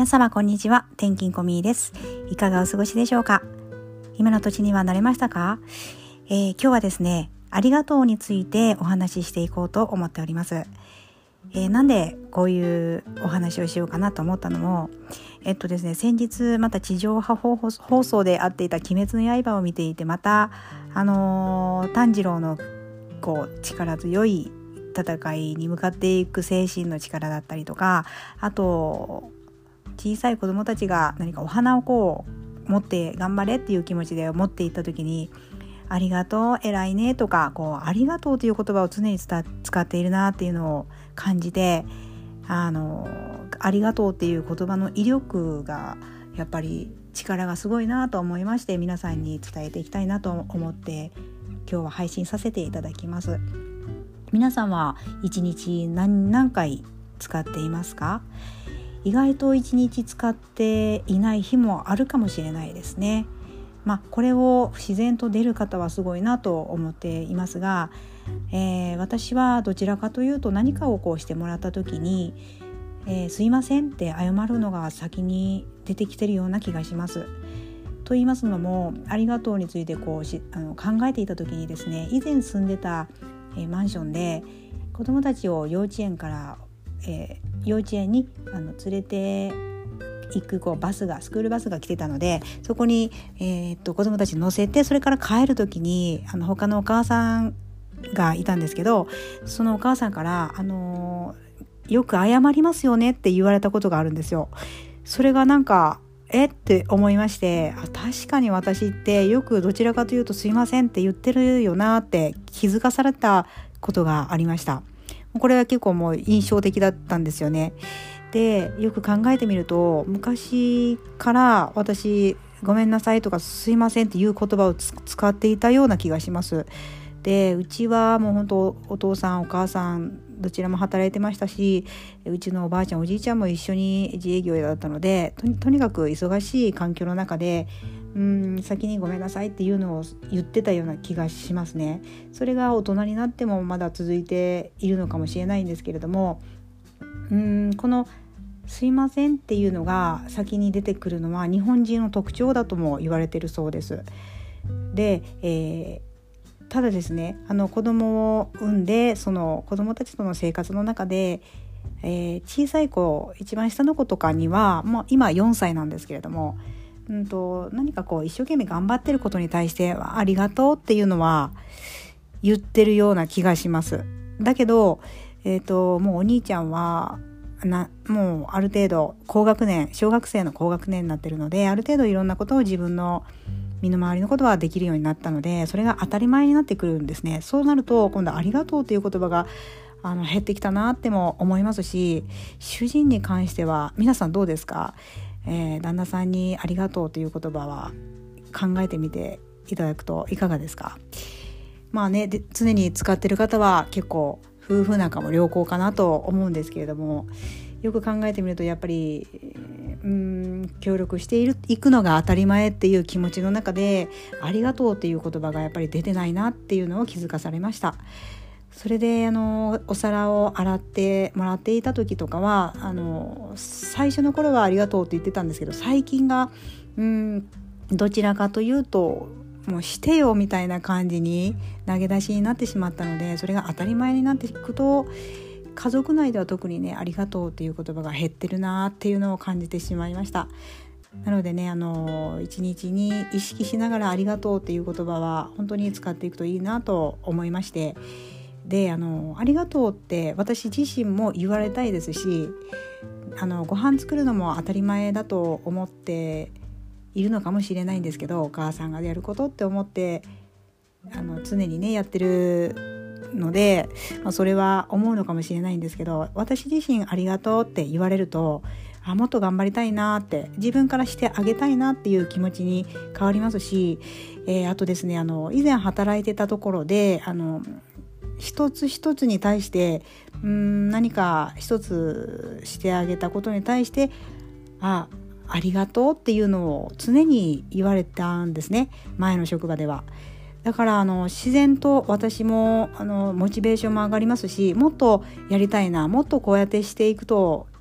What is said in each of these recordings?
皆様こんにちは、転勤コミーです。いかがお過ごしでしょうか。今の土地には慣れましたか？今日はですね、ありがとうについてお話ししていこうと思っております。なんでこういうお話をしようかなと思ったのも、ですね、先日また地上波放送であっていた鬼滅の刃を見ていて、また炭治郎の力強い戦いに向かっていく精神の力だったりとか、あと小さい子どもたちが何かお花を持って頑張れっていう気持ちで持っていった時に、ありがとう、偉いねとか、ありがとうという言葉を常に使っているなっていうのを感じて、ありがとうっていう言葉の威力がやっぱり力がすごいなと思いまして、皆さんに伝えていきたいなと思って今日は配信させていただきます。皆さんは1日何回使っていますか？意外と1日使っていない日もあるかもしれないですね。これを自然と出る方はすごいなと思っていますが、私はどちらかというと、何かをしてもらった時に、すいませんって謝るのが先に出てきてるような気がします。と言いますのも、ありがとうについて考えていた時にですね、以前住んでた、マンションで子どもたちを幼稚園から、幼稚園に連れて行くスクールバスが来てたので、そこに、子どもたち乗せて、それから帰る時に他のお母さんがいたんですけど、そのお母さんからよく謝りますよねって言われたことがあるんですよ。それがって思いまして、確かに私ってよくどちらかというとすいませんって言ってるよなって気づかされたことがありました。これは結構もう印象的だったんですよね。で、よく考えてみると、昔から私ごめんなさいとかすいませんっていう言葉を使っていたような気がします。で、うちはもう本当お父さんお母さんどちらも働いてましたし、うちのおばあちゃんおじいちゃんも一緒に自営業だったので、とにかく忙しい環境の中で先にごめんなさいっていうのを言ってたような気がしますね。それが大人になってもまだ続いているのかもしれないんですけれども、このすいませんっていうのが先に出てくるのは日本人の特徴だとも言われているそうです。で、ただですね、子供を産んで、その子供たちとの生活の中で、小さい子、一番下の子とかには、今4歳なんですけれども、何か一生懸命頑張ってることに対してありがとうっていうのは言ってるような気がします。だけど、もうお兄ちゃんはもうある程度小学生の高学年になってるので、ある程度いろんなことを自分の身の回りのことはできるようになったので、それが当たり前になってくるんですね。そうなると今度ありがとうという言葉が減ってきたなっても思いますし、主人に関しては皆さんどうですか？旦那さんにありがとうという言葉は考えてみていただくといかがですか？常に使ってる方は結構夫婦仲も良好かなと思うんですけれども、よく考えてみるとやっぱり協力していくのが当たり前っていう気持ちの中で、ありがとうっていう言葉がやっぱり出てないなっていうのを気づかされました。それでお皿を洗ってもらっていた時とかは最初の頃はありがとうって言ってたんですけど、最近がどちらかというともうしてよみたいな感じに投げ出しになってしまったので、それが当たり前になっていくと、家族内では特にね、ありがとうっていう言葉が減ってるなっていうのを感じてしまいました。なのでね、一日に意識しながらありがとうっていう言葉は本当に使っていくといいなと思いまして、でありがとうって私自身も言われたいですし、ご飯作るのも当たり前だと思っているのかもしれないんですけど、お母さんがやることって思って常にねやってるので、それは思うのかもしれないんですけど、私自身ありがとうって言われると、もっと頑張りたいなって自分からしてあげたいなっていう気持ちに変わりますし、あとですね、以前働いてたところで一つ一つに対して何か一つしてあげたことに対してありがとうっていうのを常に言われたんですね、前の職場では。だから自然と私もモチベーションも上がりますし、もっとやりたいな、もっとこうやってしていくと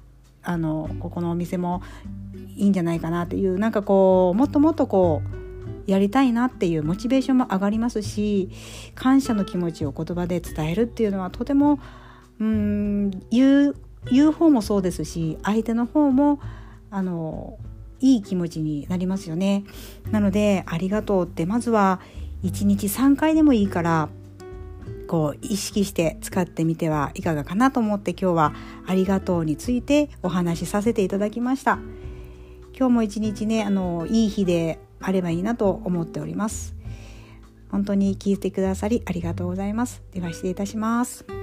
ここのお店もいいんじゃないかなっていう、なんかこうもっともっとこうやりたいなっていうモチベーションも上がりますし、感謝の気持ちを言葉で伝えるっていうのはとても言う方もそうですし、相手の方もいい気持ちになりますよね。なのでありがとうってまずは1日3回でもいいからこう意識して使ってみてはいかがかなと思って、今日はありがとうについてお話しさせていただきました。今日も一日ねいい日であればいいなと思っております。本当に聞いてくださりありがとうございます。では失礼いたします。